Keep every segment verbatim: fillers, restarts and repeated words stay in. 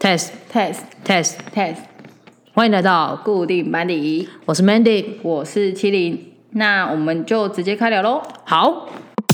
test test test test， 欢迎来到， 固定班底， 我是 Mandy， 我是麒麟，那我们就直接开聊喽。 好，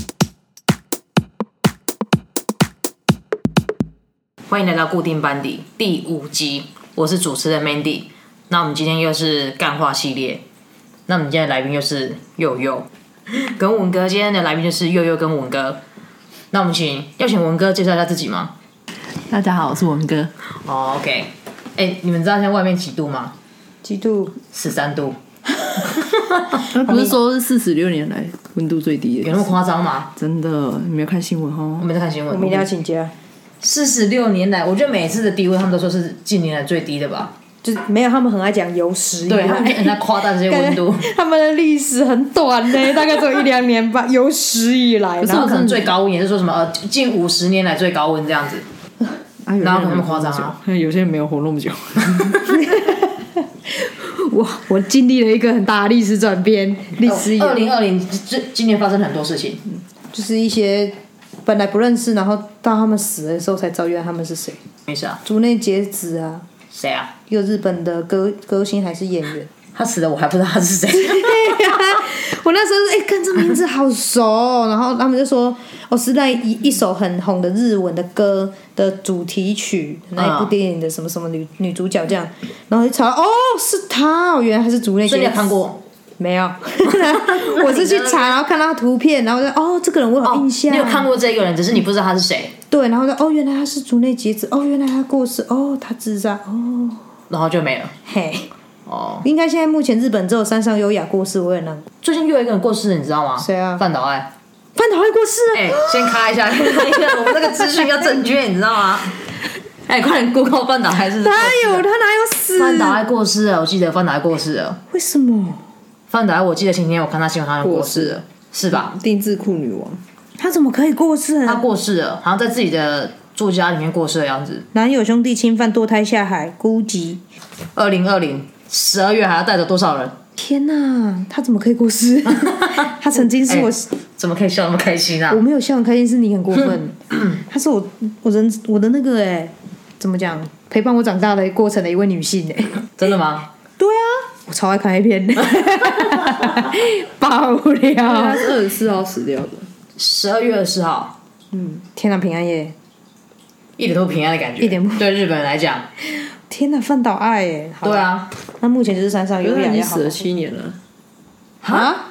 欢迎来到固定班底第五集，我是主持人 Mandy。那我们今天又是干话系列，那我们今天的来宾又是佑佑跟文哥，今天的来宾就是佑佑跟文哥。那我们请要请文哥介绍一下自己吗？ 大家好，我是文哥。 哦 ，OK， 哎，你们知道现在外面几度吗？ 几度？ 十三度。 不是说是四十六年来温度最低的？ 有那么夸张吗？ 真的，你没有看新闻哦？ 我没在看新闻。 我明天要请假。 四十六年来，我觉得每次的低温，他们都说是近年来最低的吧？ 就是没有，他们很爱讲有史以来， 对，他们很爱夸大这些温度。 他们的历史很短呢，大概只有一两年吧，有史以来。 可是我可能最高温也是说什么呃，近五十年来最高温这样子。 啊、 然后那么夸张啊？ 有些人没有活那么久。 我我经历了一个很大的历史转变，历史二零二零今年发生很多事情， 就是一些本来不认识，然后到他们死的时候才知道原来他们是谁。 没事啊。 竹内结子啊。 谁啊？ 一个日本的歌歌星还是演员。 他死了，我还不知道他是谁。 我那时候哎，看、欸、这名字好熟、哦，然后他们就说，哦，是那一一首很红的日文的歌的主题曲，那一部电影的什么什么女女主角这样，然后就查，哦，是他哦，原来他是竹内结子。 所以你有看过？ 没有，我是去查，然后看到他图片，然后就哦，这个人我有印象、哦。 你有看过这个人，只是你不知道他是谁。 对，然后就哦，原来他是竹内结子，哦，原来他过世，哦，他自杀，哦， 然后就没了。 嘿。 哦， 应该现在目前日本只有山上优雅过世，我也能。 最近又有一个人过世，你知道吗？ 谁啊？ 范岛爱。 范岛爱过世了。 哎、欸，先开一下，开一下，我们这个资讯要正确，你知道吗？哎、欸，快点 Google 范岛爱是。 哪有？他哪有死？ 范岛爱过世了，我记得范岛爱过世了。 为什么？ 范岛爱，我记得前天我看他新闻，他过世了，是吧？ 定制裤女王。 他怎么可以过世？ 他过世了，好像在自己的住家里面过世的样子。 男友兄弟侵犯堕胎下海，孤寂。 二零二零十二月还要带着多少人？ 天哪，他怎么可以过世？他曾经是我、欸， 怎么可以笑那么开心啊？ 我没有笑很开心，是你很过分。他是我我人我的那个哎、欸，怎么讲？陪伴我长大的过程的一位女性哎、欸。 真的吗？ 对啊，我超爱看A片。爆料。 他是二十四号死掉的。 十二月二十四号。 嗯，天哪，平安夜。 一点都不平安的感觉， 一点不对日本人来讲。 天哪，范岛爱耶！ 对啊， 那目前就是山上优雅也好。 死了七年了。 啊？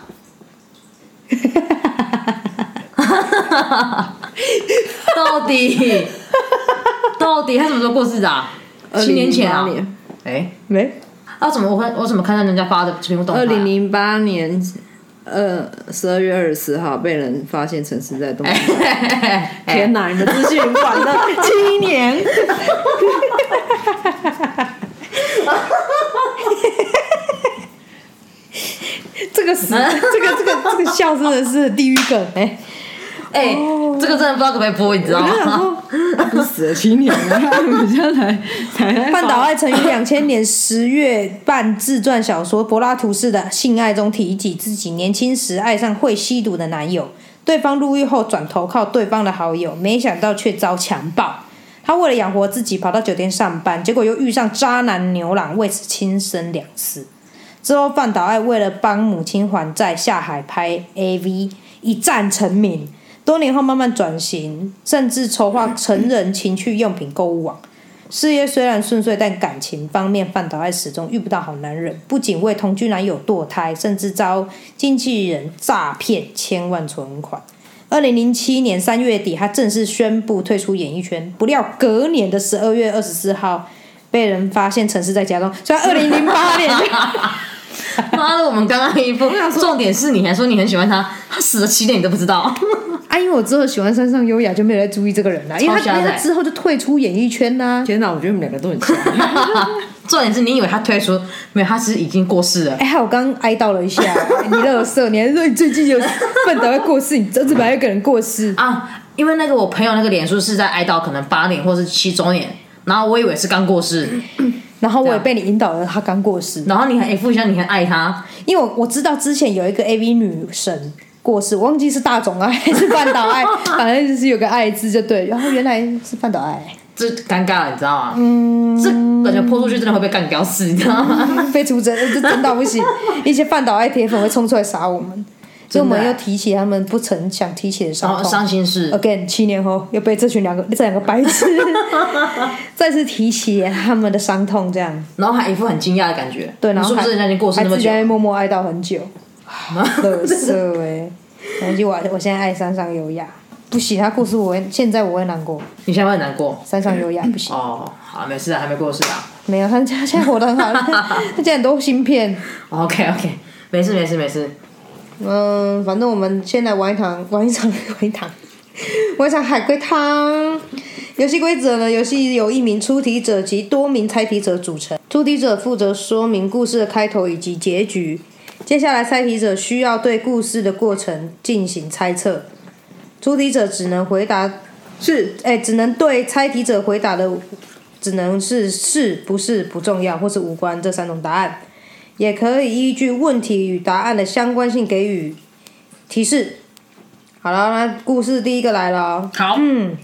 到底到底他什么时候过世的、啊？七年前啊？哎， 没。 啊？怎么我看我怎么看到人家发的屏幕动态、啊？ 二零零八年。呃，十二月二十四号被人发现沉尸在东京。 天哪，你们资讯晚了七年。这个死，这个这个这个笑真的是地狱梗哎。 哎、欸哦，这个真的不知道可不可以播，你知道吗？ 不是死了七年了，我现在才才。 范岛爱曾于两千年十月办自传小说《柏拉图式的性爱》中提及自己年轻时爱上会吸毒的男友，对方入狱后转投靠对方的好友，没想到却遭强暴。他为了养活自己，跑到酒店上班，结果又遇上渣男牛郎，为此轻生两次。之后，范岛爱为了帮母亲还债，下海拍 A V， 一战成名。多年后慢慢转型，甚至筹划成人情趣用品购物网。事业虽然顺遂，但感情方面范岛爱始终遇不到好男人，不仅为同居男友堕胎，甚至遭经纪人诈骗千万存款。二零零七年三月底，他正式宣布退出演艺圈，不料隔年的十二月二十四号被人发现沉尸在家中。虽然二零零八年妈的，我们刚刚一副重点是你还说你很喜欢他，他死了七年你都不知道。 啊，因为我之后喜欢山上优雅，就没有在注意这个人啦。因为他他之后就退出演艺圈啦、啊。 天哪，我觉得你们两个都很像。 重点是你以为他退出，没有，他是已经过世了。 哎、欸，我刚哀悼了一下，你垃圾，你还说你最近有范岛爱过世，你真是把一个人过世啊？因为那个我朋友那个脸书是在哀悼可能八年或是七周年，然后我以为是刚过世。 然后我也被你引导了，他刚过世。 然后你很一副像你很爱他， 因为我我知道之前有一个 A V 女神过世，我忘记是大冢爱还是半岛爱，反正就是有个爱字就对，然后原来是半岛爱， 这尴尬了，你知道吗？嗯，这感觉泼出去真的会被干掉死，你知道吗？ 被出征，这真到不行，一些半岛爱铁粉会冲出来杀我们。所以我们又提起他们不曾想提起的伤痛， 哦、伤心事。 Again， 七年后又被这群两个这两个白痴再次提起他们的伤痛，这样， 然后还一副很惊讶的感觉。 对，然后是不是人家已经过世那么久？ 还自己默默哀悼很久，乐色哎！然后我我现在爱山上优雅，不行，他过世我会现在我会难过。 你现在会很难过？ 山上优雅不行。 哦，好，没事啊，还没过世啊。 没有，他他现在活得很好，他现在很多芯片。 OK OK， 没事没事没事。 嗯，反正我们先来玩一场，玩一场，玩一场，玩一场海龟汤。游戏规则呢？游戏由一名出题者及多名猜题者组成。出题者负责说明故事的开头以及结局。接下来，猜题者需要对故事的过程进行猜测。出题者只能回答是，哎，只能对猜题者回答的，只能是是不是不重要或是无关这三种答案。也可以依据问题与答案的相关性给予提示。好了，那故事第一个来了。 好。 嗯。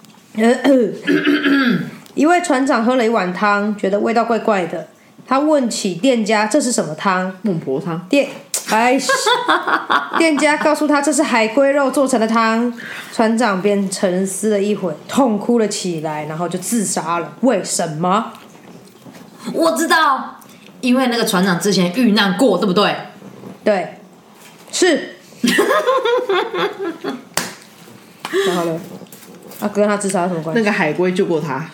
一位船长喝了一碗汤，觉得味道怪怪的。他问起店家：“这是什么汤？” 孟婆汤。 店，哎，店家告诉他这是海龟肉做成的汤。船长便沉思了一会，痛哭了起来，然后就自杀了。为什么？ 我知道。因为那个船长之前遇难过，对不对？ 对，是。然后呢？啊，跟他自杀有什么关系？ 那个海龟救过他，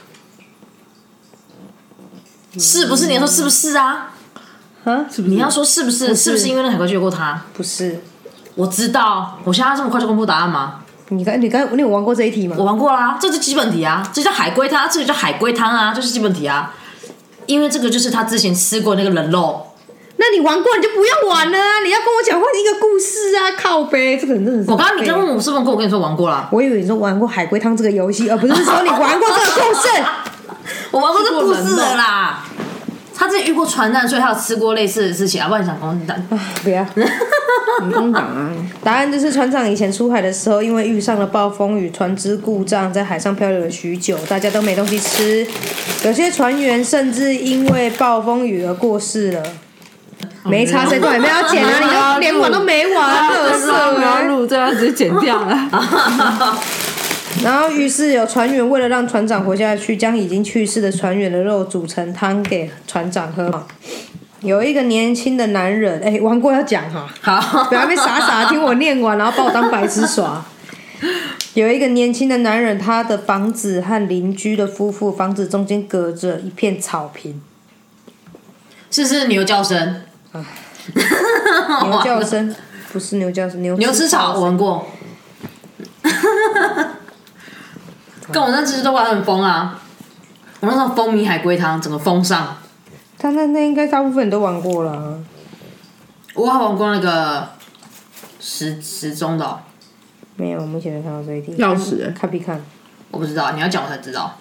是不是？你要说是不是啊？ 啊？ 是不是？ 你要说是不是？ 不是是不是因为那海龟救过他？ 不是。 我知道，我现在这么快就公布答案吗？ 你刚你刚你有玩过这一题吗？ 我玩过啦，这是基本题啊，这叫海龟汤，这个叫海龟汤啊，这是基本题啊。因为这个就是他之前吃过那个人肉。 那你玩过你就不要玩了啊！你要跟我讲换一个故事啊！靠北，这个人真的是。 我刚刚你刚问我是问过，我跟你说玩过了。 我以为你说玩过海龟汤这个游戏，而不是说你玩过这个故事。 我玩过这个故事了啦。他之前遇过船难，所以他有吃过类似的事情啊。不然你想公蛋？ 不要， 你公党啊！ 答案就是船长以前出海的时候，因为遇上了暴风雨，船只故障，在海上漂流了许久，大家都没东西吃。有些船员甚至因为暴风雨而过世了。没差，谁都也没有剪啊！你都连玩都没玩，乐色不要录，这样直接剪掉了。 然后，于是有船员为了让船长活下去，将已经去世的船员的肉煮成汤给船长喝。有一个年轻的男人，哎，玩过要讲哈， 好， 不要被傻傻听我念完，然后把我当白痴耍。有一个年轻的男人，他的房子和邻居的夫妇房子中间隔着一片草坪。 是不是牛叫声？ 牛叫声不是牛叫声，牛牛吃草我闻过。跟我那只都玩得很疯啊！我那时候风靡海龟汤，整个封上。 他那那应该大部分人都玩过了。 我还玩过那个时时钟的、哦。 没有，目前没看到这一题。 钥匙看必看？ 我不知道，你要讲我才知道。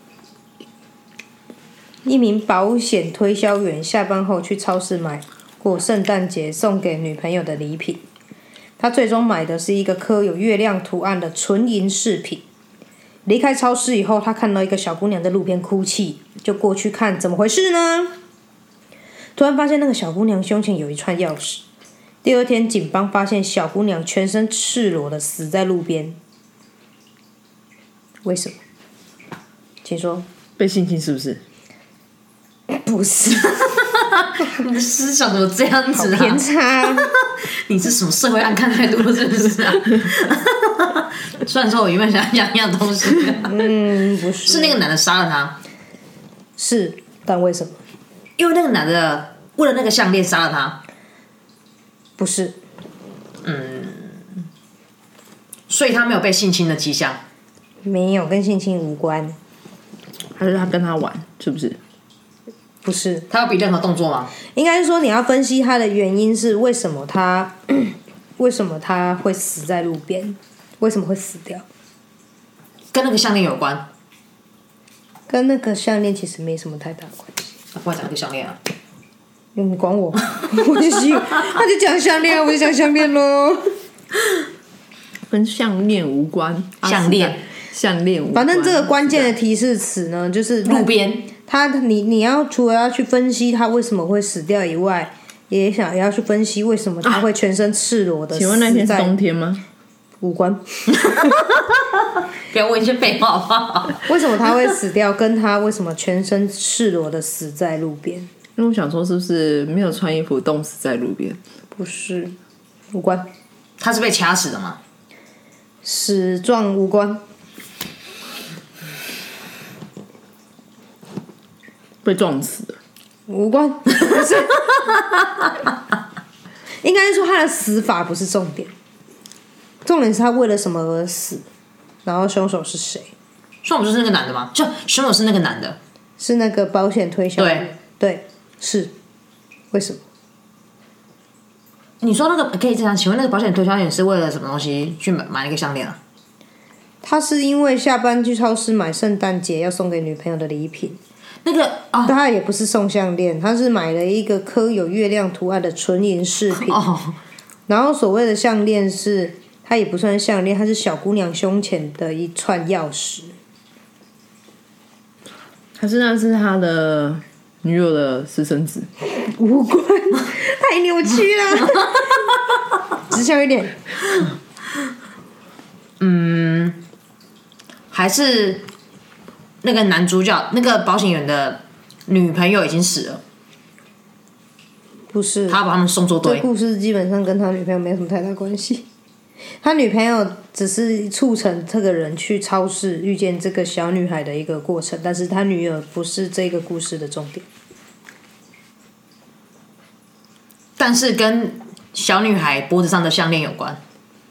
一名保险推销员下班后去超市买过圣诞节送给女朋友的礼品，他最终买的是一个刻有月亮图案的纯银饰品。离开超市以后，他看到一个小姑娘在路边哭泣，就过去看怎么回事呢？突然发现那个小姑娘胸前有一串钥匙。第二天，警方发现小姑娘全身赤裸的死在路边。为什么？请说。 被性侵是不是？ 不是。 你的思想怎么这样子啊？ 偏差。 你是什么社会案看太多是不是啊？虽然说我原本想讲一样东西、啊， 嗯，不是， 是那个男的杀了他， 是，但为什么？ 因为那个男的为了那个项链杀了他， 不是， 嗯，所以他没有被性侵的迹象， 没有跟性侵无关， 还是他跟他玩，是不是？ 不是， 他有比任何动作吗？ 应该是说你要分析他的原因是为什么他为什么他会死在路边，为什么会死掉？ 跟那个项链有关？ 跟那个项链其实没什么太大关系。 他不会讲那个项链啊？ 你管我，我就喜，他就讲项链，我就讲项链喽。 跟项链无关。 项链， 项链无关。 反正这个关键的提示词呢，就是路边。 他你你要除了要去分析他为什么会死掉以外，也想要去分析为什么他会全身赤裸的死在。 请问那天是冬天吗？ 无关。 不要问一些废话好不好？ 为什么他会死掉？跟他为什么全身赤裸的死在路边？ 因为我想说，是不是没有穿衣服冻死在路边？ 不是，无关。 他是被掐死的吗？ 死状无关。 被撞死的， 无关，不是，应该是说他的死法不是重点，重点是他为了什么而死，然后凶手是谁？ 凶手就是那个男的吗？就凶手是那个男的， 是那个保险推销员。 对对，是，为什么？ 你说那个可以这样？请问那个保险推销员是为了什么东西去买买那个项链啊？ 他是因为下班去超市买圣诞节要送给女朋友的礼品。 那个哦， 他也不是送项链，他是买了一个刻有月亮图案的纯银饰品。 哦， 然后所谓的项链是，它也不算项链，它是小姑娘胸前的一串钥匙。 还是那是他的女友的私生子？ 无关，太扭曲了，指向一点。 嗯，还是那个男主角，那个保险员的女朋友已经死了， 不是， 他把他们送作这对。 故事基本上跟他女朋友没什么太大关系。他女朋友只是促成这个人去超市遇见这个小女孩的一个过程，但是他女友不是这个故事的重点。 但是跟小女孩脖子上的项链有关。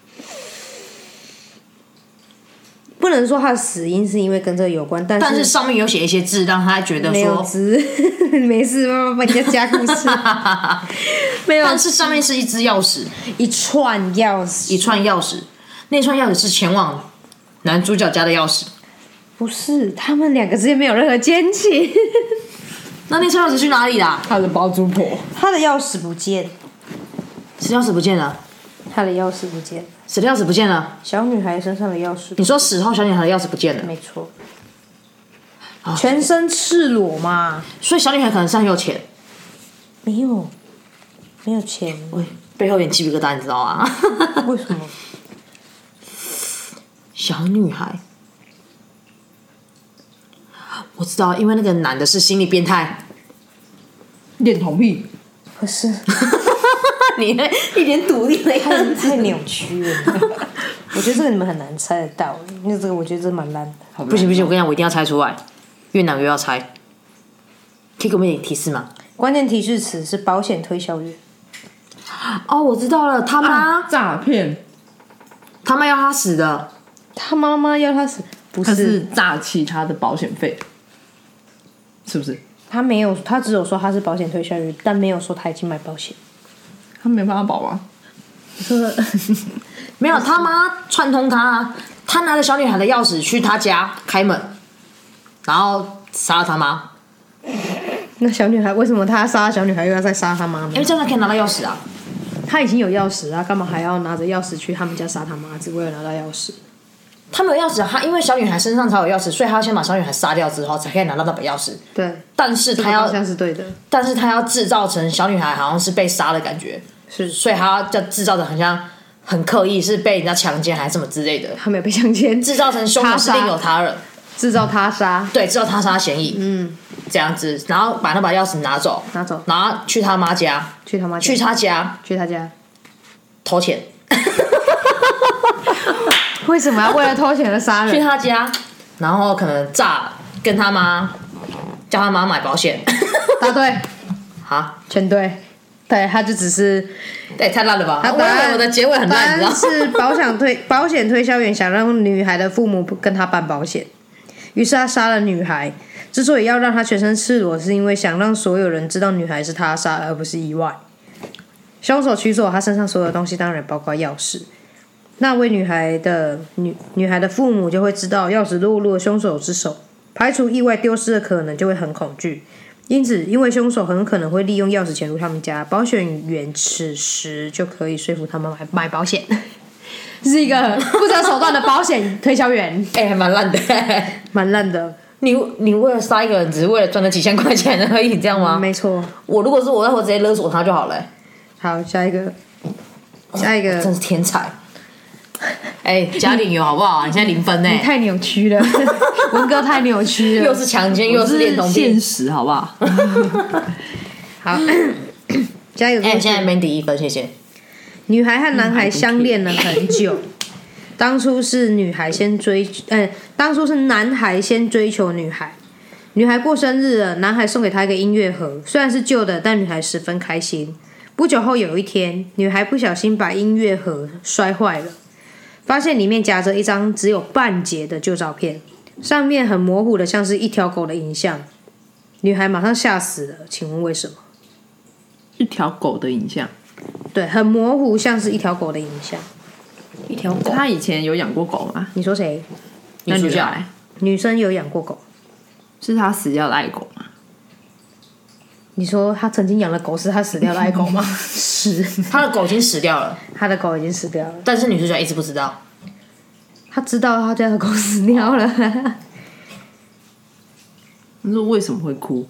不能说他的死因是因为跟这个有关，但是但是上面有写一些字，让他觉得没有说字，没事，慢慢帮人家加故事。没有， 但是上面是一支钥匙， 一串钥匙， 一串钥匙，那串钥匙是前往男主角家的钥匙。 不是，他们两个之间没有任何奸情。 那那串钥匙去哪里啦？ 他的包租婆， 他的钥匙不见， 谁钥匙不见了？ 他的钥匙不见， 谁的钥匙不见了？ 小女孩身上的钥匙， 你说死后小女孩的钥匙不见了？ 没错，全身赤裸嘛， 所以小女孩可能是很有钱。 没有，没有钱， 喂，背后有点鸡皮疙瘩，你知道吗？ 为什么？ 小女孩，我知道，因为那个男的是心理变态。 恋童癖， 不是， 你那一点笃定的太太扭曲了。我觉得这个你们很难猜得到，因为这个我觉得这蛮烂的。 不行不行，我跟你讲，我一定要猜出来，越难越要猜。可以给我们一点提示吗？ 关键提示词是保险推销员。 哦，我知道了，他妈、 诈骗， 他妈要他死的。 他妈妈要他死，不他是是诈欺他的保险费，是不是？ 他没有，他只有说他是保险推销员，但没有说他已经买保险。 他没办法保吗？ 没有，他妈串通他，他拿着小女孩的钥匙去他家开门，然后杀了他妈。 那小女孩为什么他杀小女孩又要再杀他妈呢？ 因为这样可以拿到钥匙啊。 他已经有钥匙啊，干嘛还要拿着钥匙去他们家杀他妈？只为了拿到钥匙？ 他没有钥匙啊，他因为小女孩身上才有钥匙，所以他要先把小女孩杀掉之后，才可以拿到那把钥匙。 对， 但是他要， 好像是对的， 但是他要制造成小女孩好像是被杀的感觉， 是， 所以他要制造的很像很刻意，是被人家强奸还是什么之类的， 他没有被强奸， 制造成凶手是另有他人， 制造他杀， 对，制造他杀嫌疑， 嗯， 这样子，然后把那把钥匙拿走， 拿走， 然后去他妈家， 去他妈家去他家去他家， 偷钱， 为什么要为了偷钱而杀去人？ 他家，然后可能诈跟他妈叫他妈买保险， 答对， 哈， 全对，对，他就只是对，太烂了吧？我以他答案为我的结尾很答烂，你知道案是保险推保险推销员想让女孩的父母跟他办保险，于是他杀了女孩。之所以要让她全身赤裸，是因为想让所有人知道女孩是他杀的，而不是意外。凶手取走她身上所有东西，当然包括钥匙。那位女孩的女女孩的父母就会知道钥匙落入了凶手之手，排除意外丢失的可能，就会很恐惧。因此，因为凶手很可能会利用钥匙潜入他们家，保险员此时就可以说服他们买买保险。 是一个不择手段的保险推销员， 哎、欸，还蛮烂的， 蛮烂的。 你你为了杀一个人，只是为了赚个几千块钱而已，这样吗？ 嗯、没错。 我如果是我，那我直接勒索他就好了、欸。 好，下一个，下一个， 哦、真是天才。哎、欸，加点油好不好？你现在零分呢、欸？ 你太扭曲了，文哥太扭曲了， 又是强奸又是恋童癖， 现实好不好？ 好，下一个。 哎、欸，现在 Mandy 一分，谢谢。 女孩和男孩相恋了很久，当初是女孩先追，呃，当初是男孩先追求女孩。女孩过生日了，男孩送给她一个音乐盒，虽然是旧的，但女孩十分开心。不久后有一天，女孩不小心把音乐盒摔坏了，发现里面夹着一张只有半截的旧照片，上面很模糊的像是一条狗的影像。女孩马上吓死了，请问为什么？ 一条狗的影像。 对，很模糊，像是一条狗的影像。 一条狗。 他以前有养过狗吗？ 你说谁？ 女主角。 女生有养过狗。 是他死掉的爱狗吗？ 你说他曾经养的狗是他死掉的爱狗吗？是， 他的狗已经死掉了， 他的狗已经死掉了， 但是女主角一直不知道。 他知道他家的狗死掉了。 你说为什么会哭？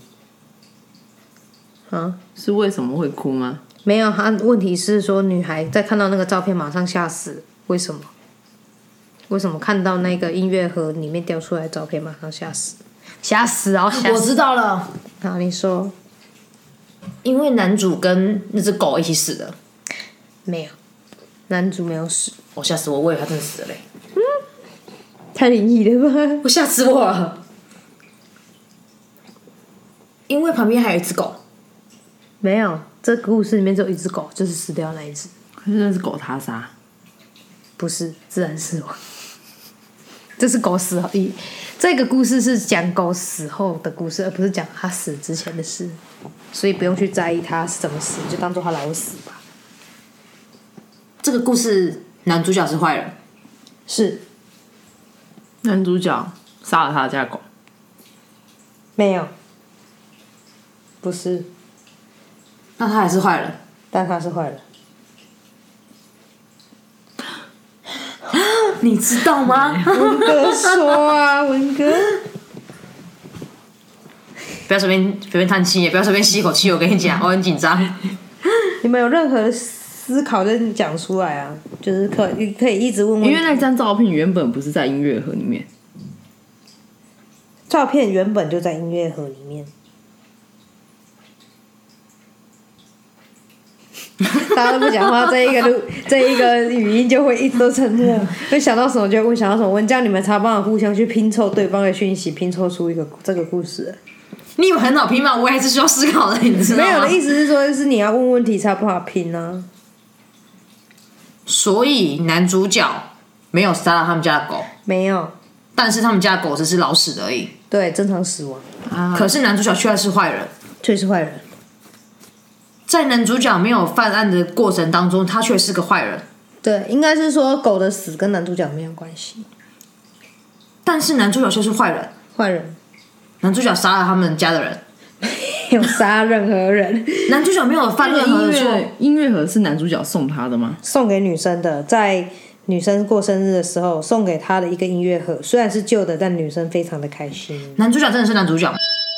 啊？ 是为什么会哭吗？ 没有，他问题是说女孩在看到那个照片马上吓死，为什么？为什么看到那个音乐盒里面掉出来的照片马上吓死？吓死哦！吓死我知道了。 好，你说。 因为男主跟那只狗一起死的。 没有，男主没有死。 我吓死我，我以为他真的死了嘞。 嗯，太灵异了吧！ 我吓死我了。因为旁边还有一只狗。 没有，这个故事里面只有一只狗，就是死掉那一只。 可是那是狗他杀。 不是，自然死亡。这是狗死后，这个故事是讲狗死后的故事，而不是讲他死之前的事，所以不用去在意他是怎么死，就当做他老死吧。 这个故事男主角是坏人。 是。 男主角杀了他家狗。 没有。不是。 那他还是坏人。 但他是坏人。 你知道吗？ 文哥说啊，文哥， 不要随便随便叹气，也不要随便吸一口气。我跟你讲，我很紧张。 你们有任何的思考就讲出来啊，就是可以可以一直问问。 因为那张照片原本不是在音乐盒里面， 照片原本就在音乐盒里面。大家都不讲话，这一个录这一个语音就会一直都沉默。会想到什么就问，想到什么问，这样你们才办法互相去拼凑对方的讯息，拼凑出一个这个故事。 你以为很好拼吗？我也是需要思考的，你知道吗？ 没有的意思是说，是你要问问题才有办法拼啊。 所以男主角没有杀了他们家的狗， 没有， 但是他们家的狗只是老死的而已。 对，正常死亡。 啊、 可是男主角却是坏人， 却是坏人。 在男主角没有犯案的过程当中，他却是个坏人。 对，应该是说狗的死跟男主角没有关系， 但是男主角却是坏人。 坏人， 男主角杀了他们家的人， 没有杀任何人。 男主角没有犯任何的错。 音乐盒是男主角送他的吗？ 送给女生的，在女生过生日的时候送给她的一个音乐盒，虽然是旧的，但女生非常的开心。 男主角真的是男主角。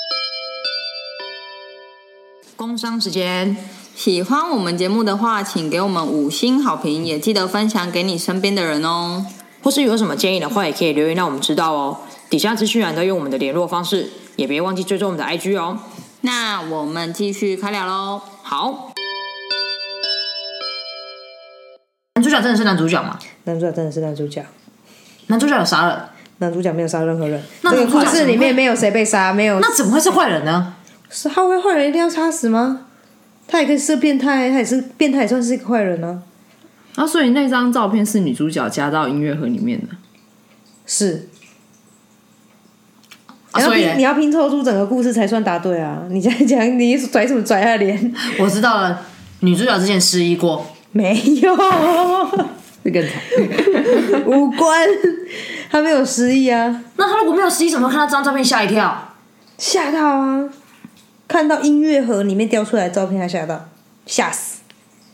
工商时间， 喜欢我们节目的话，请给我们五星好评，也记得分享给你身边的人哦。 或是有什么建议的话，也可以留言让我们知道哦。底下资讯栏都有我们的联络方式，也别忘记追踪我们的 I G 哦。 那我们继续开聊喽。 好，男主角真的是男主角吗？ 男主角真的是男主角。 男主角有杀人？ 男主角没有杀任何人。 那这个故事里面没有谁被杀，没有。 那怎么会是坏人呢？ 是他会坏人一定要杀死吗？他也可以是变态，他也是变态，也算是一个坏人呢、 啊。啊，所以那张照片是女主角加到音乐盒里面的。 是。 啊、 你要拼， 所以你要拼凑出整个故事才算答对啊！你这样讲，你拽什么拽他脸？ 我知道了，女主角之前失忆过。 没有， 这更惨。 无关，他没有失忆啊。 那他如果没有失忆，怎么会看到这张照片吓一跳？ 吓到啊！看到音乐盒里面掉出来的照片，他吓到，吓死。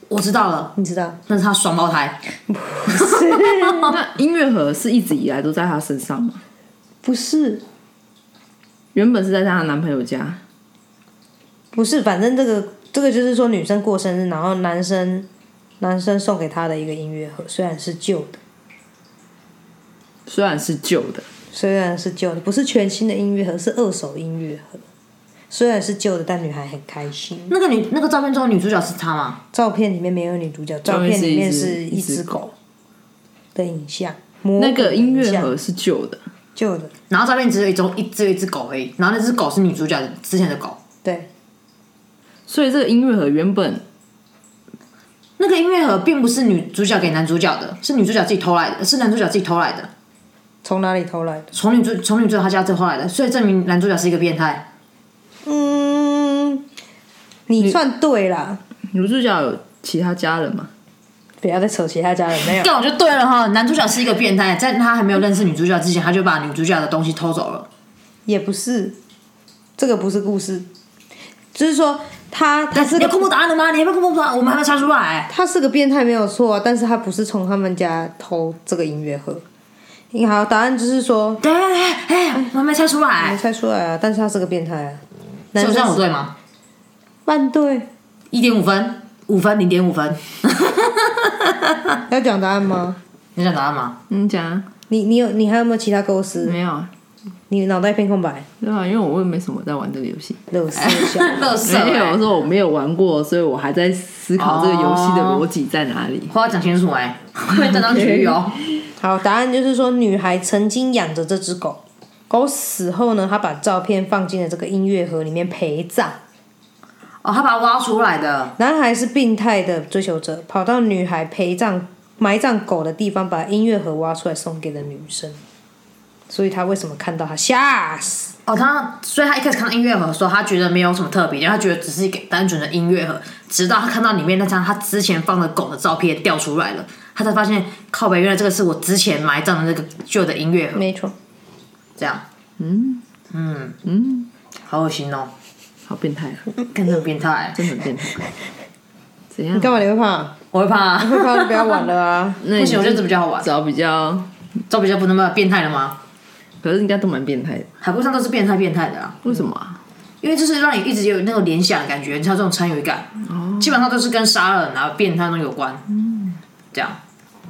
我知道了， 你知道？ 那是他双胞胎。 那音乐盒是一直以来都在她身上吗？ 不是， 原本是在她的男朋友家。 不是，反正这个这个就是说女生过生日，然后男生男生送给她的一个音乐盒，虽然是旧的， 虽然是旧的， 虽然是旧的，不是全新的音乐盒，是二手音乐盒。虽然是旧的，但女孩很开心。 那个女那个照片中的女主角是她吗？ 照片里面没有女主角，照片里面是一只狗的影像。 那个音乐盒是旧的， 旧的。 然后照片只有一种，一只有一只狗而已。然后那只狗是女主角的之前的狗。 对。 所以这个音乐盒原本， 那个音乐盒并不是女主角给男主角的，是女主角自己偷来的，是男主角自己偷来的。 从哪里偷来的？ 从女主从女主角她家偷来的，所以证明男主角是一个变态。 嗯，你算对啦。 女主角有其他家人吗？ 不要再扯其他家人，没有。 这样我就对了哈，男主角是一个变态，在他还没有认识女主角之前，他就把女主角的东西偷走了。 也不是，这个不是故事，就是说他他是你要公布答案了吗？你要不要公布答案？我们还没猜出来。 他是个变态没有错、啊，但是他不是从他们家偷这个音乐盒。好，答案就是说， 对，哎，我还没猜出来， 没猜出来啊，但是他是个变态啊。男生这样我对吗？ 半对， 一点五分，五分，零点五分。 要讲答案吗？ 你想答案吗？ 你讲啊。 你你有你还有没有其他构思？ 没有啊。 你脑袋一片空白。 对啊，因为我也没什么在玩这个游戏。 乐色小， 乐色。 没有，我说我没有玩过，所以我还在思考这个游戏的逻辑在哪里。 话要讲清楚哎，会断章取义哦。 好，答案就是说，女孩曾经养着这只狗，狗死后呢，她把照片放进了这个音乐盒里面陪葬。 哦，他把它挖出来的。 男孩是病态的追求者，跑到女孩陪葬埋葬狗的地方，把音乐盒挖出来送给了女生。所以他为什么看到他吓死？ 哦，他所以他一开始看到音乐盒的时候，他觉得没有什么特别，他觉得只是一个单纯的音乐盒。直到他看到里面那张他之前放的狗的照片掉出来了，他才发现靠北，原来这个是我之前埋葬的那个旧的音乐盒。 没错， 这样， 嗯嗯嗯， 好恶心哦， 好变态啊， 真的很变态， 真的很变态。怎样？ 你干嘛？你会怕？ 我会怕、啊， 会怕就不要玩了啊！ 那不行，我觉得这比较好玩， 找比较， 找比较不那么变态的吗？ 可是应该都蛮变态的。 海龟上都是变态变态的啊， 为什么啊？ 因为就是让你一直有那种联想的感觉，像这种参与感，哦、基本上都是跟杀人啊、变态都有关。嗯，这样。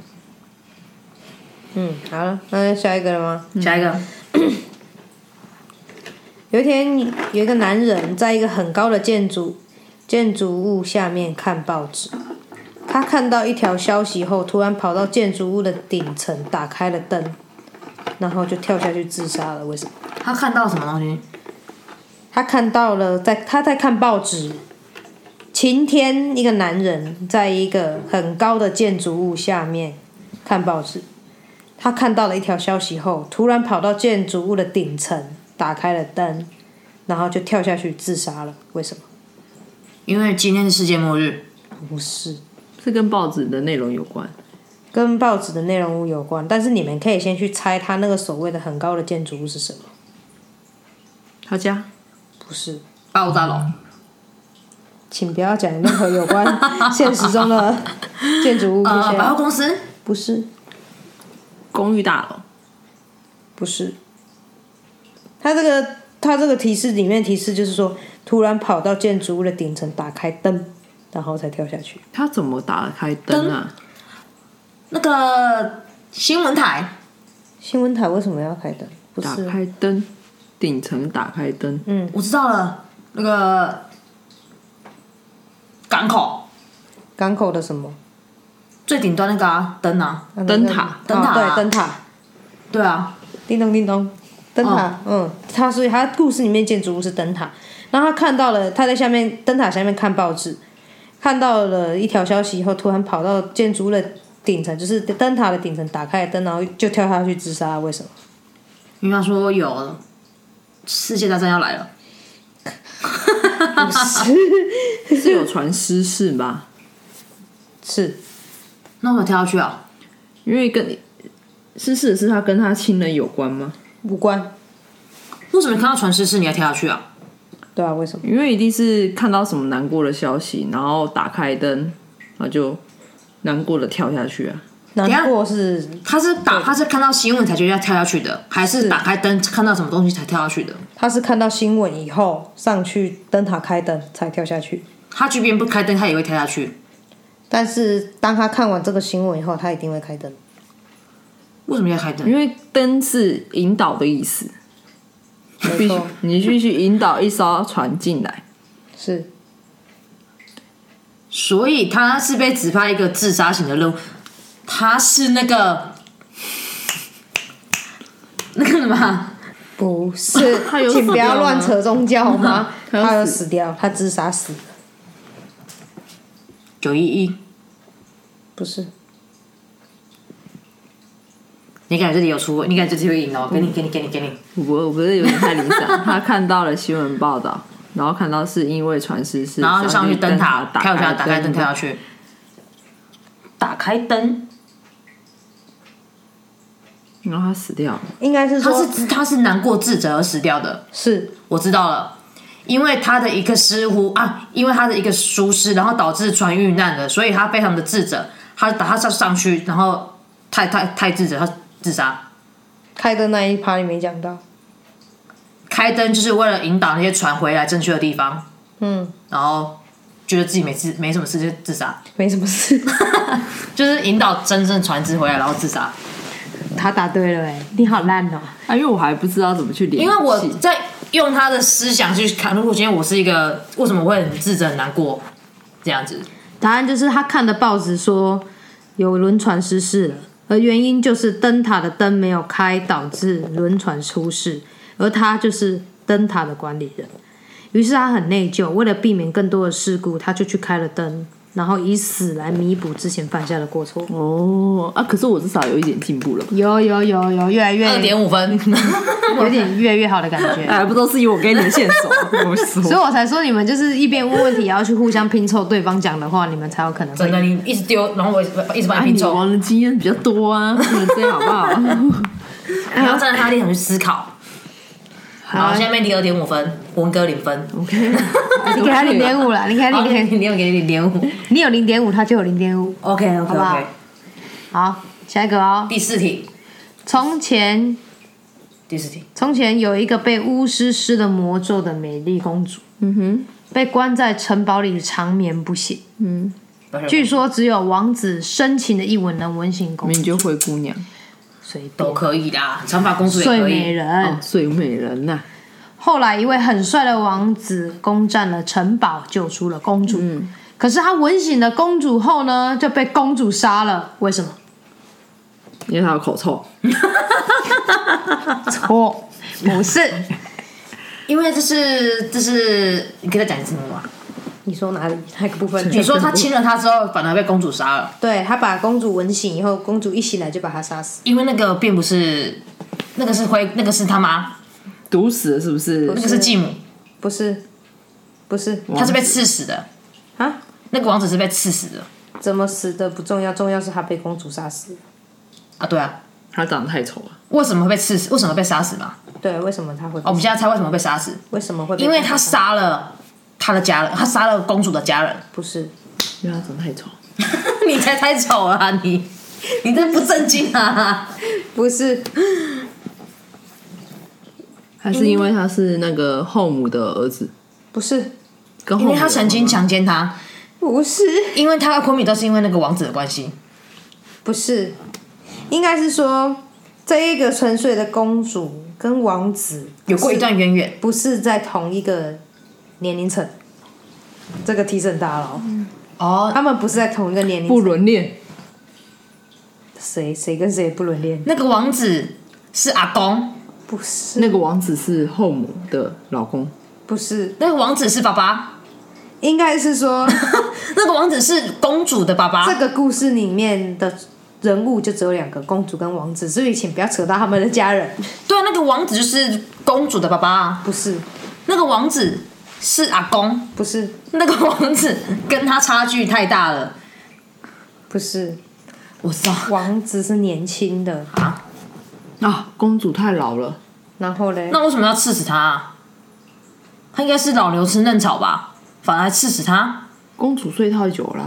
嗯，好了，那下一个了吗？ 下一个。 有一天，有一个男人在一个很高的建筑建筑物下面看报纸。他看到一条消息后，突然跑到建筑物的顶层，打开了灯，然后就跳下去自杀了。为什么？ 他看到什么东西？ 他看到了在他在看报纸。晴天，一个男人在一个很高的建筑物下面看报纸。他看到了一条消息后，突然跑到建筑物的顶层，打开了灯，然后就跳下去自杀了。为什么？ 因为今天是世界末日。 不是， 是跟报纸的内容有关， 跟报纸的内容物有关。但是你们可以先去猜他那个所谓的很高的建筑物是什么？ 他家？ 不是。 爆炸楼。 请不要讲任何有关现实中的建筑物。 呃，百货公司？ 不是。 公寓大楼？ 不是。他这个他这个提示里面提示就是说，突然跑到建筑物的顶层，打开灯，然后才跳下去。 他怎么打开灯啊？ 那个新闻台。 新闻台为什么要开灯？不是。 打开灯，顶层打开灯。 嗯， 我知道了，那个港口。 港口的什么？ 最顶端那个啊，灯啊， 灯塔， 灯塔、 啊，对，灯塔。 对啊。 叮咚叮咚，灯塔。哦、嗯，他所以他故事里面建筑物是灯塔，然后他看到了，他在下面灯塔下面看报纸，看到了一条消息以后，突然跑到建筑物的顶层，就是灯塔的顶层，打开灯，然后就跳下去自杀。为什么？ 因为他说有世界大战要来了。 不是， 是有传失事吧？ 是。 那我跳下去啊？ 因为跟失事的是他跟他亲人有关吗？ 无关。 为什么看到传失事你要跳下去啊？ 对啊，为什么？ 因为一定是看到什么难过的消息，然后打开灯， 然后就难过的跳下去啊。 难过是他是打他是看到新闻才觉得要跳下去的，还是打开灯看到什么东西才跳下去的？ 他是看到新闻以后上去灯塔开灯才跳下去。 他即便不开灯，他也会跳下去。 但是当他看完这个新闻以后，他一定会开灯。 为什么要开灯？ 因为灯是引导的意思， 没错， 你必须引导一艘船进来。 是， 所以他是被指派一个自杀型的任务。他是那个那个什么？ 不是？ 他有死掉吗请不要乱扯宗教好吗？ 他有死他有死掉，他自杀死了。 九一一， 不是， 你感觉这里有出？你感觉这里会赢哦？给你，给你，给你，给你。 我我不是有点太理想，他看到了新闻报道，然后看到是因为船失事， 然后就上去灯塔打跳下，打开灯跳下去。 去。打开灯， 然后他死掉了。 应该是他说是他是难过自责而死掉的。 是我知道了，因为他的一个失误啊，因为他的一个疏失，然后导致船遇难了，所以他非常的自责，他打他上上去，然后太太太自责，他自杀。 开灯那一趴你没讲到。 开灯就是为了引导那些船回来正确的地方， 嗯， 然后觉得自己没事没什么事就自杀， 没什么事。 就是引导真正船只回来，然后自杀。 他答对了哎，你好烂哦。 啊，因为我还不知道怎么去联系， 因为我在用他的思想去看，如果今天我是一个，为什么会很自责、很难过这样子？ 答案就是他看的报纸说有轮船失事了，而原因就是灯塔的灯没有开，导致轮船出事，而他就是灯塔的管理人。于是他很内疚，为了避免更多的事故，他就去开了灯，然后以死来弥补之前犯下的过错。 哦啊，可是我至少有一点进步了， 有有有有，越来越二点五分， 有点越来越好的感觉。 哎，不都是以我给你的线索？我说， 所以我才说你们就是一边问问题，也要去互相拼凑对方讲的话，你们才有可能会真的，你一直丢，然后我一直把啊， 你拼凑， 你玩的经验比较多啊，不能这样好不好？ 你要站在他立场去思考。好，现在妹弟二点五分，文哥零分。 OK， 你给他零点五啦，你给他好， 零点， 你你有给零点五。 你有零点五，他就有零点五。 OK OK 好不好 OK。 好，下一个哦。 第四题， 从前， 第四题， 从前有一个被巫师施了魔咒的美丽公主， 嗯哼， 被关在城堡里长眠不醒。 嗯， 据说只有王子深情的一吻能温馨公主。 明就灰姑娘， 随便都可以啦，长发公主也睡可以。 美人。 哦，睡美人呐、 后来一位很帅的王子攻占了城堡，救出了公主。 嗯， 可是他吻醒了公主后呢，就被公主杀了。为什么？ 因为她有口臭。 错，不是。 因为这是这是，你可以再讲一次吗？ 你说哪里哪个部分？ 你说他亲了她之后，反而被公主杀了， 对他把公主吻醒以后，公主一醒来就把他杀死。 因为那个并不是，那个是灰，那个是他妈， 毒死了是不是？ 那个是继母， 不是，不是他是被刺死的。 啊？ 那个王子是被刺死的怎么死的不重要，重要是他被公主杀死。 啊？对啊， 她长得太丑了。 为什么会被刺死？为什么被杀死嘛？ 对，为什么他会？ 哦，我们现在猜为什么被杀死？ 为什么会被？ 因为他杀了他的家人，他杀了公主的家人。 不是， 因为她长得太丑。 你才太丑了、啊，你你这不正经啊！ 不是， 还是因为他是那个后母的儿子， 不是， 因为跟后母他曾经强奸她， 不是， 因为他和昆米都是因为那个王子的关系。 不是，应该是说这一个沉睡的公主跟王子有过一段渊源， 不是在同一个年龄层。这个提升大了哦， 哦， 他们不是在同一个年龄层。 不伦恋。 谁谁跟谁不伦恋？ 那个王子是阿公， 不是， 那个王子是后母的老公， 不是， 那个王子是爸爸， 应该是说那个王子是公主的爸爸。 这个故事里面的人物就只有两个，公主跟王子，所以请不要扯到他们的家人。 对啊，那个王子就是公主的爸爸啊， 不是， 那个王子是阿公， 不是， 那个王子跟他差距太大了。 不是， 我知道王子是年轻的， 啊， 啊，公主太老了。 然后嘞， 那为什么要刺死他、啊？他应该是老牛吃嫩草吧，反而刺死他？ 公主睡太久了啊、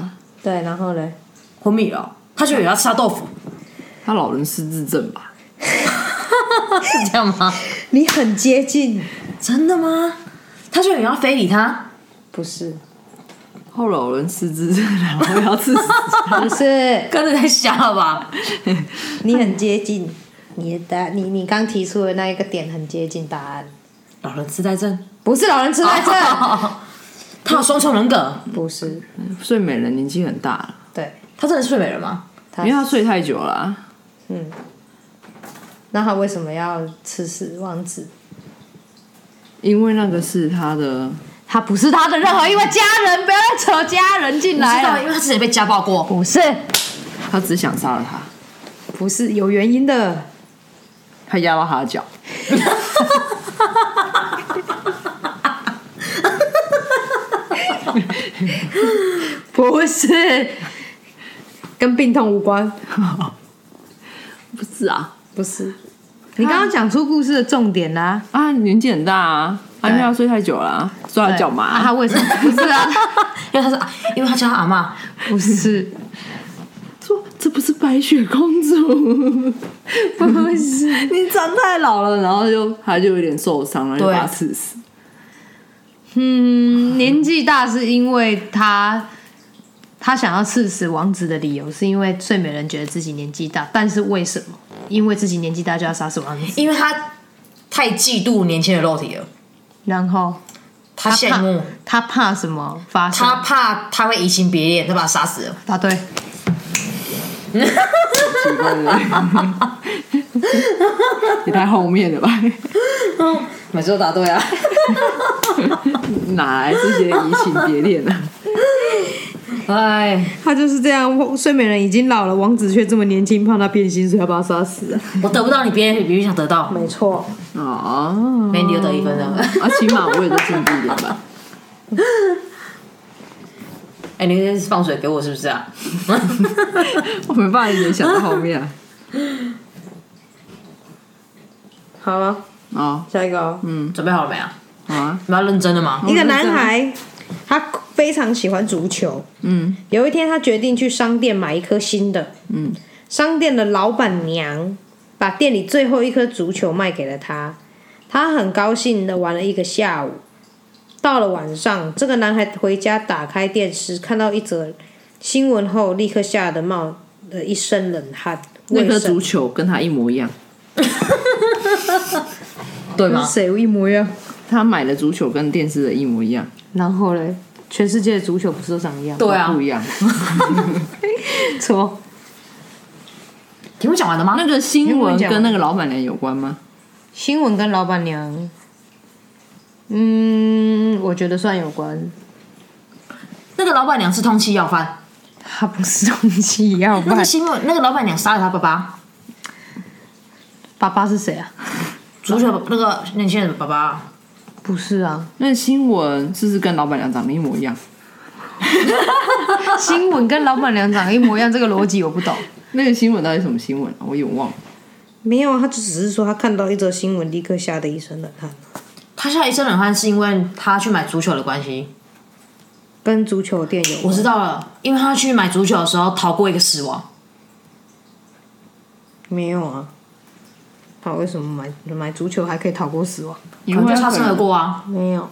对，然后嘞， 昏迷了，他就有要吃他豆腐， 他老人失智症吧？ 是这样吗？ 你很接近， 真的吗？他就有要非礼他， 不是， 后老人失智症，然后要致死， 不是， 跟着太瞎了吧？ 你很接近，你的答你你刚提出的那一个点很接近答案， 老人痴呆症， 不是老人痴呆症， 他有双重人格， 不是， 睡美人年纪很大了， 对， 他真的是睡美人吗？ 他因为他睡太久了、啊。 嗯，那他为什么要刺死王子？ 因为那个是他的， 他不是他的任何一位家人，不要再扯家人进你知道， 来了。 因为他之前被家暴过， 不是， 他只想杀了他， 不是有原因的。 他压到他的脚。 不是，跟病痛无关。 不是啊， 不是，你刚刚讲出故事的重点啦、 啊，年纪很大啊，啊，因为他睡太久了、啊，抓他脚麻、 啊。他为什么不是啊？ 因为他是，因为他叫他阿嬷， 不是， 说这不是白雪公主， 不是， 你长太老了，然后就他就有点受伤了，就把他刺死。 嗯，年纪大是因为他他想要刺死王子的理由是因为睡美人觉得自己年纪大，但是为什么？因为自己年纪大就要杀死王子， 因为他太嫉妒年轻的肉体了， 然后他羡慕， 他怕什么发生？ 他怕他会移情别恋，他把他杀死了。 答对， 奇怪的，也太后面了吧？ 每次都答对啊！ 哪来这些移情别恋啊？ 哎， 他就是这样。睡美人已经老了，王子却这么年轻，怕他变心，所以要把他杀死啊。 我得不到你，别人比别人想得到。 没错， 哦， Mandy 又得一分了。 啊，起码我也就进步一点吧。 哎、欸，你那是放水给我是不是啊？ 我没办法联想到后面啊。 好了， 哦， 下一个、哦。 嗯，准备好了没啊？ 好啊， 你们要认真的吗？ 一个男孩，他非常喜欢足球。 嗯， 有一天，他决定去商店买一颗新的。 嗯， 商店的老板娘把店里最后一颗足球卖给了他，他很高兴的玩了一个下午。到了晚上，这个男孩回家打开电视，看到一则新闻后，立刻吓得冒了一身冷汗。 那颗足球跟他一模一样。 对吗？ 谁一模一样？ 他买的足球跟电视的一模一样。 然后嘞，全世界的足球不是都长一样？ 对啊， 不一样。 错。 题目讲完了吗？ 那个新闻跟那个老板娘有关吗？ 新闻跟老板娘，嗯，我觉得算有关。 那个老板娘是通缉要犯， 他不是通缉要犯。 那个新闻，那个老板娘杀了他爸爸。 爸爸是谁啊？ 足球那个年轻人的爸爸。 不是啊， 那个新闻是不是跟老板娘长得一模一样？ 新闻跟老板娘长得一模一样，这个逻辑我不懂。 那个新闻到底什么新闻啊？我有忘了。 没有，他就只是说他看到一则新闻，立刻吓得一身冷汗。 他吓一身冷汗是因为他去买足球的关系。 跟足球店有关。 我知道了，因为他去买足球的时候逃过一个死亡。 没有啊。他为什么买买足球还可以逃过死亡？ 可能就擦身而过啊。 没有。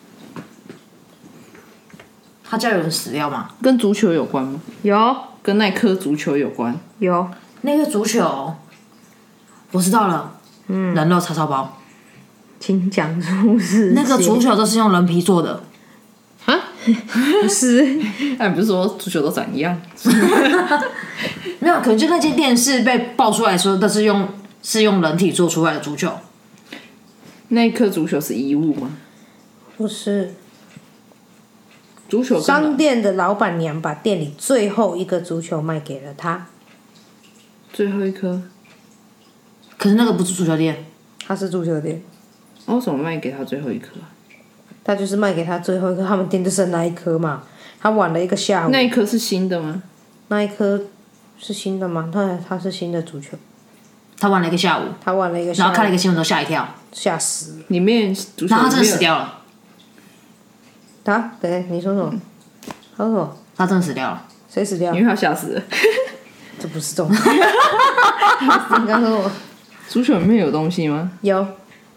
他家有人死掉吗？ 跟足球有关吗？ 有。 跟那颗足球有关。 有。 那个足球，我知道了。嗯。人肉叉烧包。 请讲出是。 那个足球都是用人皮做的。 啊？不是。 哎，不是说足球都长一样？ 没有，可能就那间电视被爆出来说，都是用是用人体做出来的足球。 那一颗足球是遗物吗？ 不是。 足球商店的老板娘把店里最后一个足球卖给了他。 最后一颗。 可是那个不是足球店。 他是足球店。 为什么卖给他最后一颗？ 他就是卖给他最后一颗，他们店就剩那一颗嘛。他玩了一个下午。 那一颗是新的吗？ 那一颗是新的吗？那他是新的足球。 他玩了一个下午。 他玩了一个下午。 然后看了一个新闻都吓一跳。 吓死了。 里面足球。 然后他真的死掉了。 啊？对，你说什么？他说什么？ 他真的死掉了。 谁死掉因？为他吓死了。 这不是重点。你刚说我足球里面有东西吗？ 有，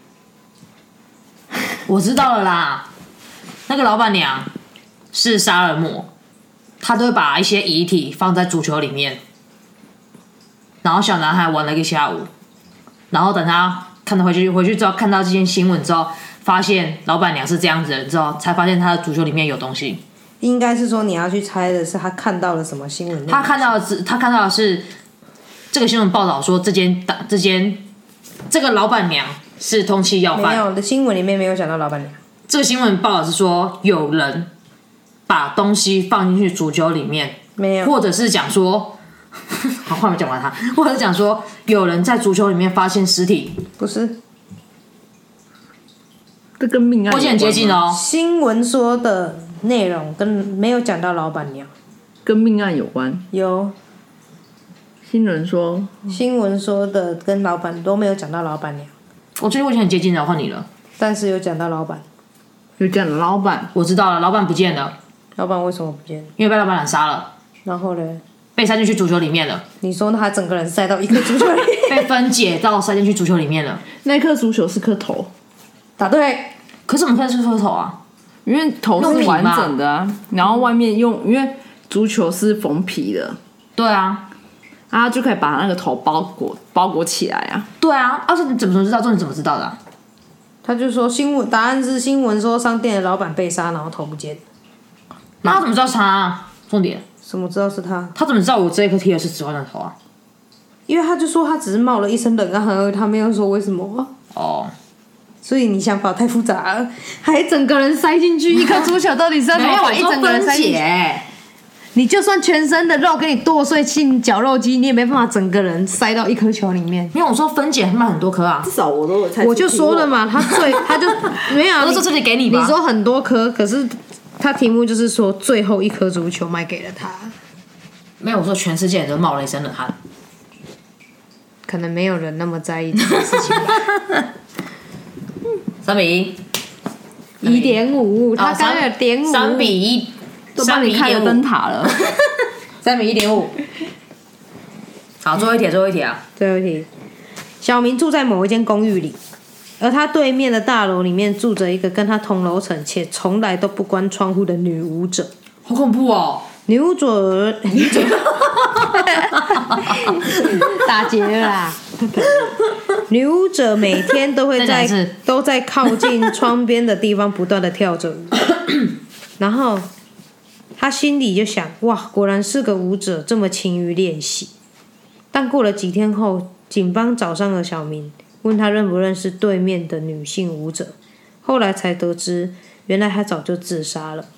我知道了啦，那个老板娘是杀人魔，她都会把一些遗体放在足球里面，然后小男孩玩了一个下午，然后等他看到回去回去之后看到这件新闻之后，发现老板娘是这样子的人之后，才发现他的足球里面有东西。 应该是说你要去猜的是他看到了什么新闻内容。 他看到的是他看到的是这个新闻报道说这间这间这个老板娘是通缉要没犯。 有的新闻里面没有讲到老板娘。 这个新闻报道是说有人把东西放进去足球里面， 没有， 或者是讲说，好，话没讲完他，或者是讲说有人在足球里面发现尸体， 不是这跟命案有关吗而且很接近哦。 新闻说的内容跟没有讲到老板娘。 跟命案有关。 有新人说新闻说的跟老板都没有讲到老板娘， 我觉得我已经很接近了，换你了。 但是有讲到老板。 有讲老板， 我知道了，老板不见了， 老板为什么不见？ 因为被老板娘杀了， 然后呢？ 被塞进去足球里面了， 你说他整个人塞到一个足球里， 被分解到塞进去足球里面了。 那颗足球是颗头， 答对。 可是我们分是颗头啊， 因为头是完整的啊，然后外面用，因为足球是缝皮的， 对啊， 啊就可以把那个头包裹包裹起来啊。 对啊，而且你怎么知道？这你怎么知道的、啊？ 他就说新闻答案是新闻说商店的老板被杀，然后头不见。 那他怎么知道是他、啊？重点， 什么知道是他？ 他怎么知道我这一颗贴的是指环的头啊？ 因为他就说他只是冒了一身冷汗而已，他没有说为什么。 哦， 所以你想法太复杂了，还整个人塞进去一颗足球，到底是要怎么把一整个人塞进去？你就算全身的肉给你剁碎进绞肉机，你也没办法整个人塞到一颗球里面。 因为我说分解卖很多颗啊， 至少我都有猜出。 我就说了嘛，他最他就没有、啊， 我说这里给你吧。 你说很多颗，可是他题目就是说最后一颗足球卖给了他。 没有，我说全世界人都冒了一身冷汗。 可能没有人那么在意这件事情吧。 三比一， 一点五，他刚刚有点五， 三比一， 都帮你开了灯塔了。 三比一点五。好，最后一题，最后一题啊！ 最后一题，小明住在某一间公寓里，而他对面的大楼里面住着一个跟他同楼层且从来都不关窗户的女舞者。 好恐怖哦！ 女舞者，女舞者，打结了啦！女舞者每天都会在都在靠近窗边的地方不断的跳着舞，然后他心里就想：哇，果然是个舞者，这么勤于练习。但过了几天后，警方找上了小明，问他认不认识对面的女性舞者。后来才得知，原来他早就自杀了。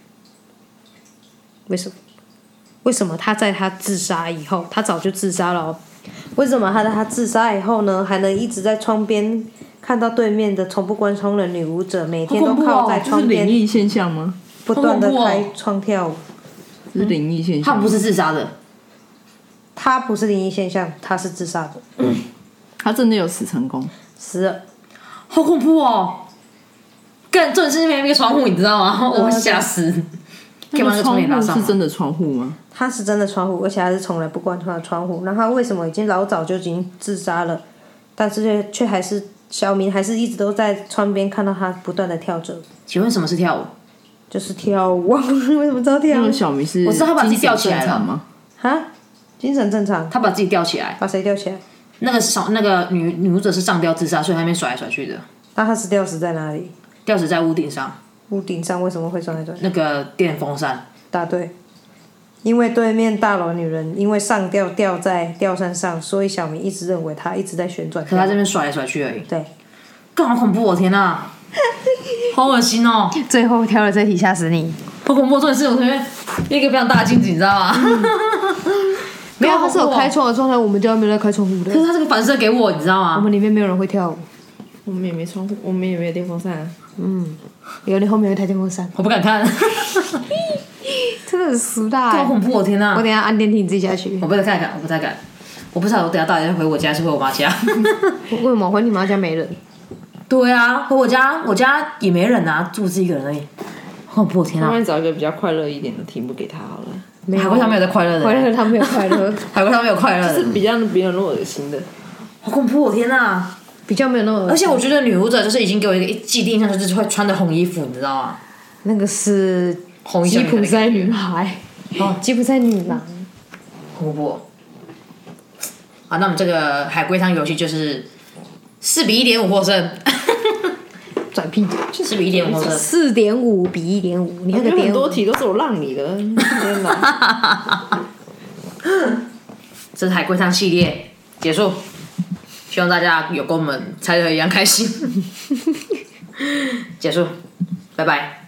为什么？为什么他在他自杀以后，他早就自杀了、哦？为什么他在他自杀以后呢，还能一直在窗边看到对面的从不关窗的女舞者，每天都靠在窗边？ 这是灵异现象吗？ 不断的开窗跳舞。 这是灵异现象。 他不是自杀的， 他不是灵异现象，他是自杀的。嗯、 他真的有死成功， 死了。 好恐怖哦！更重点是那边那个窗户，你知道吗？我会吓死。 那个窗户是真的窗户吗？ 他是真的窗户，而且还是从来不关他的窗户。那他为什么已经老早就已经自杀了，但是却却还是小明还是一直都在窗边看到他不断的跳着？ 请问什么是跳舞？ 就是跳舞。为什么知道跳舞？ 那个小明是我知道他把自己吊起来了吗？ 哈，精神正常。 他把自己吊起来， 把谁吊起来？ 那个上那个女女舞者是上吊自杀，所以他那边甩来甩去的。 那他是吊死在哪里？ 吊死在屋顶上。 屋顶上为什么会转来转去？ 那个电风扇。 答对。因为对面大楼女人因为上吊吊在吊扇上，所以小明一直认为她一直在旋转。 可他这边甩来甩去而已。 对。 更好恐怖哦！天哪，好恶心哦！ 最后挑了这题吓死你。 好恐怖！重点是我这边一个非常大的镜子，你知道吗？嗯、 没有，它是有开窗的状态，我们家没有在开窗户的。 可是它这个反射给我，你知道吗？ 我们里面没有人会跳舞。 我们也没窗户，我们也没有电风扇、啊。 嗯，有你后面有一台电风扇。 我不敢看。 真的是俗大、欸， 好恐怖！我天哪！ 我等一下按电梯，你自己下去。 我不太敢，我不太敢。我不知道我等一下到底是回我家，还是回我妈家。 为什么回你妈家没人？ 对啊，回我家，我家也没人啊，住自己一个人而已。好恐怖！天哪！ 慢慢找一个比较快乐一点的题目给他好了。 没有海龟汤没有在快乐的， 快乐他没有快乐， 海龟汤没有快乐的， 是比较没有那么恶心的。 好恐怖！我天哪！ 比较没有那么恶心。 而且我觉得女舞者就是已经给我一个既定印象，就是会穿着红衣服，你知道吗？ 那个是红衣服吉普赛女孩， 哦， 吉普赛女郎。 恐怖哦。好，那我们这个海龟汤游戏就是四比一点五获胜， 转屁， 四比一点五获胜。 四点五比一点五，你那个有很点五多题都是我让你的，天哪！ 这是海龟汤系列结束，希望大家有跟我们猜的一样开心。结束，拜拜。